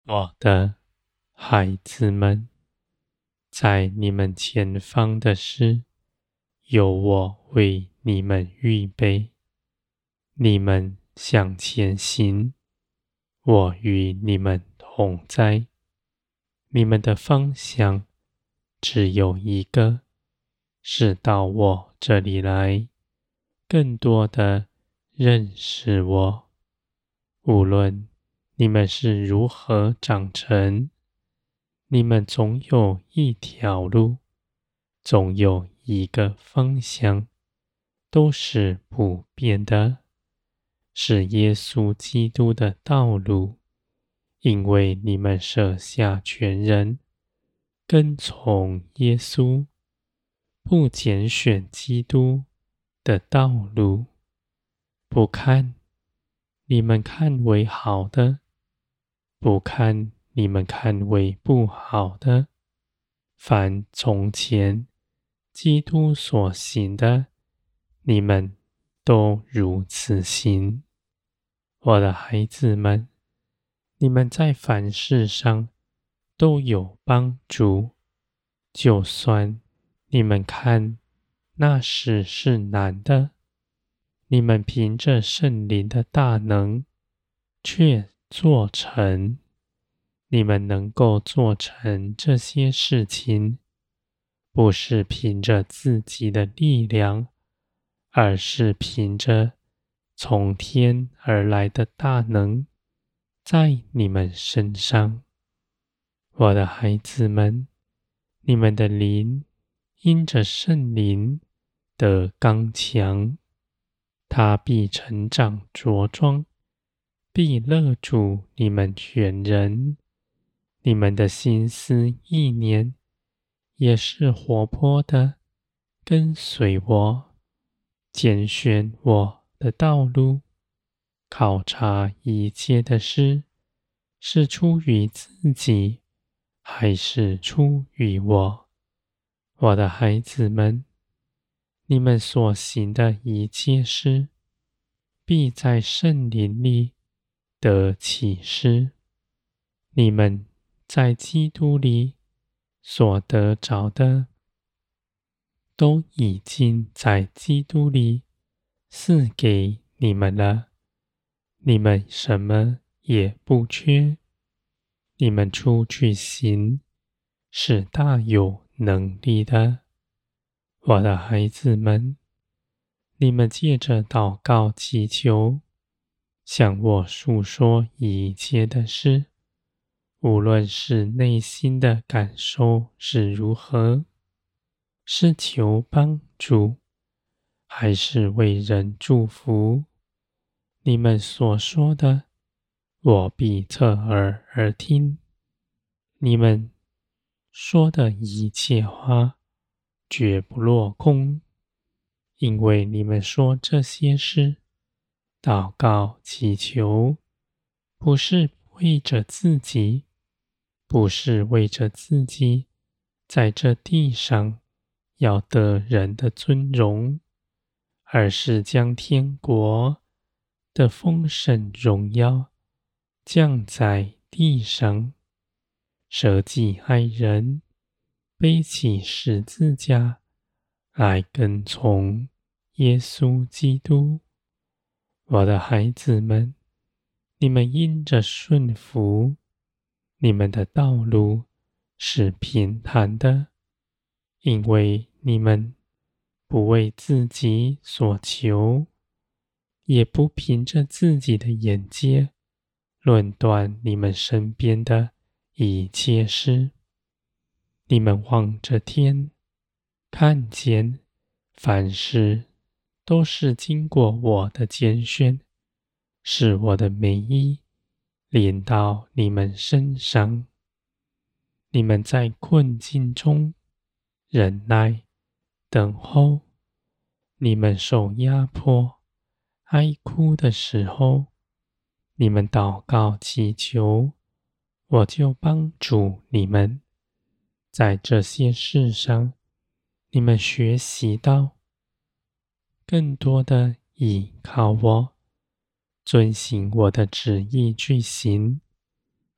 我的孩子们，在你们前方的事，有我为你们预备。你们向前行，我与你们同在。你们的方向只有一个，是到我这里来，更多的认识我。无论你们是如何长成，你们总有一条路，总有一个方向，都是不变的，是耶稣基督的道路。因为你们舍下全人，跟从耶稣，不拣选基督的道路，不看你们看为好的，不看你们看为不好的。凡从前基督所行的，你们都如此行。我的孩子们，你们在凡事上都有帮助，就算你们看那事是难的，你们凭着圣灵的大能，却做成。你们能够做成这些事情，不是凭着自己的力量，而是凭着从天而来的大能，在你们身上。我的孩子们，你们的灵因着圣灵的刚强，他必成长茁壮，必勒住你们全人。你们的心思意念也是活泼的，跟随我，拣选我的道路，考察一切的事，是出于自己，还是出于我。我的孩子们，你们所行的一切事，必在圣灵里得启示。你们在基督里所得着的，都已经在基督里赐给你们了。你们什么也不缺。你们出去行，是大有能力的。我的孩子们，你们借着祷告祈求，向我述说一切的事。无论是内心的感受是如何，是求帮助，还是为人祝福，你们所说的，我必侧耳而听。你们说的一切话，绝不落空，因为你们说这些事，祷告祈求，不是为着自己，不是为着自己在这地上要得人的尊荣，而是将天国的丰盛荣耀降在地上，舍己爱人，背起十字架来跟从耶稣基督。我的孩子们，你们因着顺服，你们的道路是平坦的，因为你们不为自己所求，也不凭着自己的眼界论断你们身边的一切事。你们望着天，看见凡事都是经过我的拣选，是我的美意临到你们身上。你们在困境中忍耐等候，你们受压迫哀哭的时候，你们祷告祈求，我就帮助你们。在这些事上，你们学习到更多的依靠我，遵行我的旨意去行，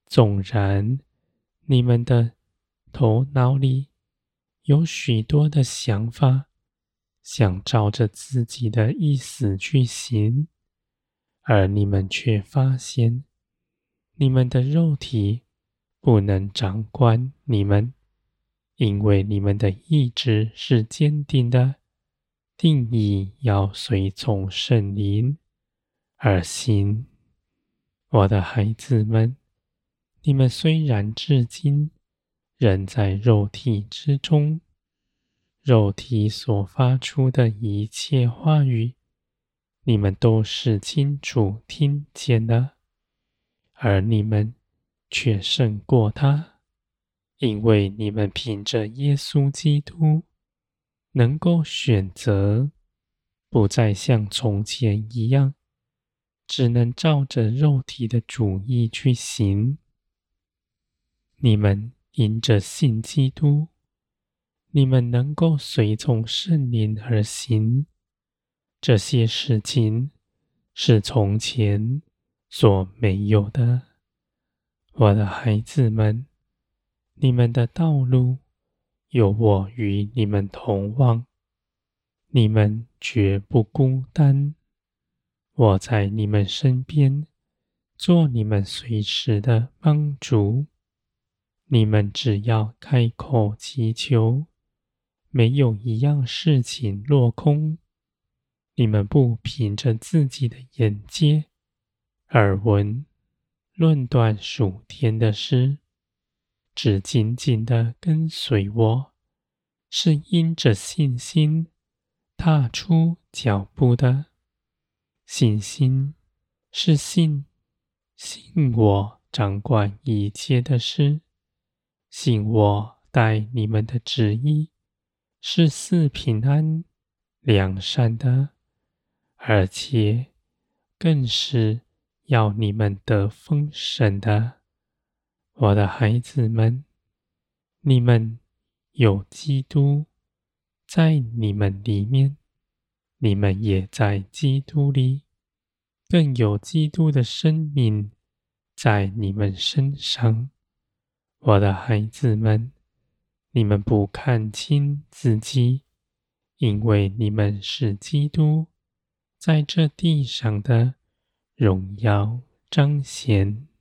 纵然你们的头脑里有许多的想法，想照着自己的意思去行，而你们却发现，你们的肉体不能掌管你们，因为你们的意志是坚定的，定义要随从圣灵而行。我的孩子们，你们虽然至今仍在肉体之中，肉体所发出的一切话语，你们都是清楚听见的，而你们却胜过他，因为你们凭着耶稣基督，能够选择不再像从前一样，只能照着肉体的主意去行。你们因着信基督，你们能够随从圣灵而行。这些事情是从前所没有的。我的孩子们，你们的道路有我与你们同往，你们绝不孤单。我在你们身边，做你们随时的帮助。你们只要开口祈求，没有一样事情落空。你们不凭着自己的眼界、耳闻、论断属天的事，只紧紧地跟随我，是因着信心踏出脚步的。信心是信我掌管一切的事，信我待你们的旨意是赐平安、良善的，而且更是要你们得丰盛的。我的孩子们，你们有基督在你们里面，你们也在基督里，更有基督的生命在你们身上。我的孩子们，你们不看轻自己，因为你们是基督在这地上的荣耀彰显。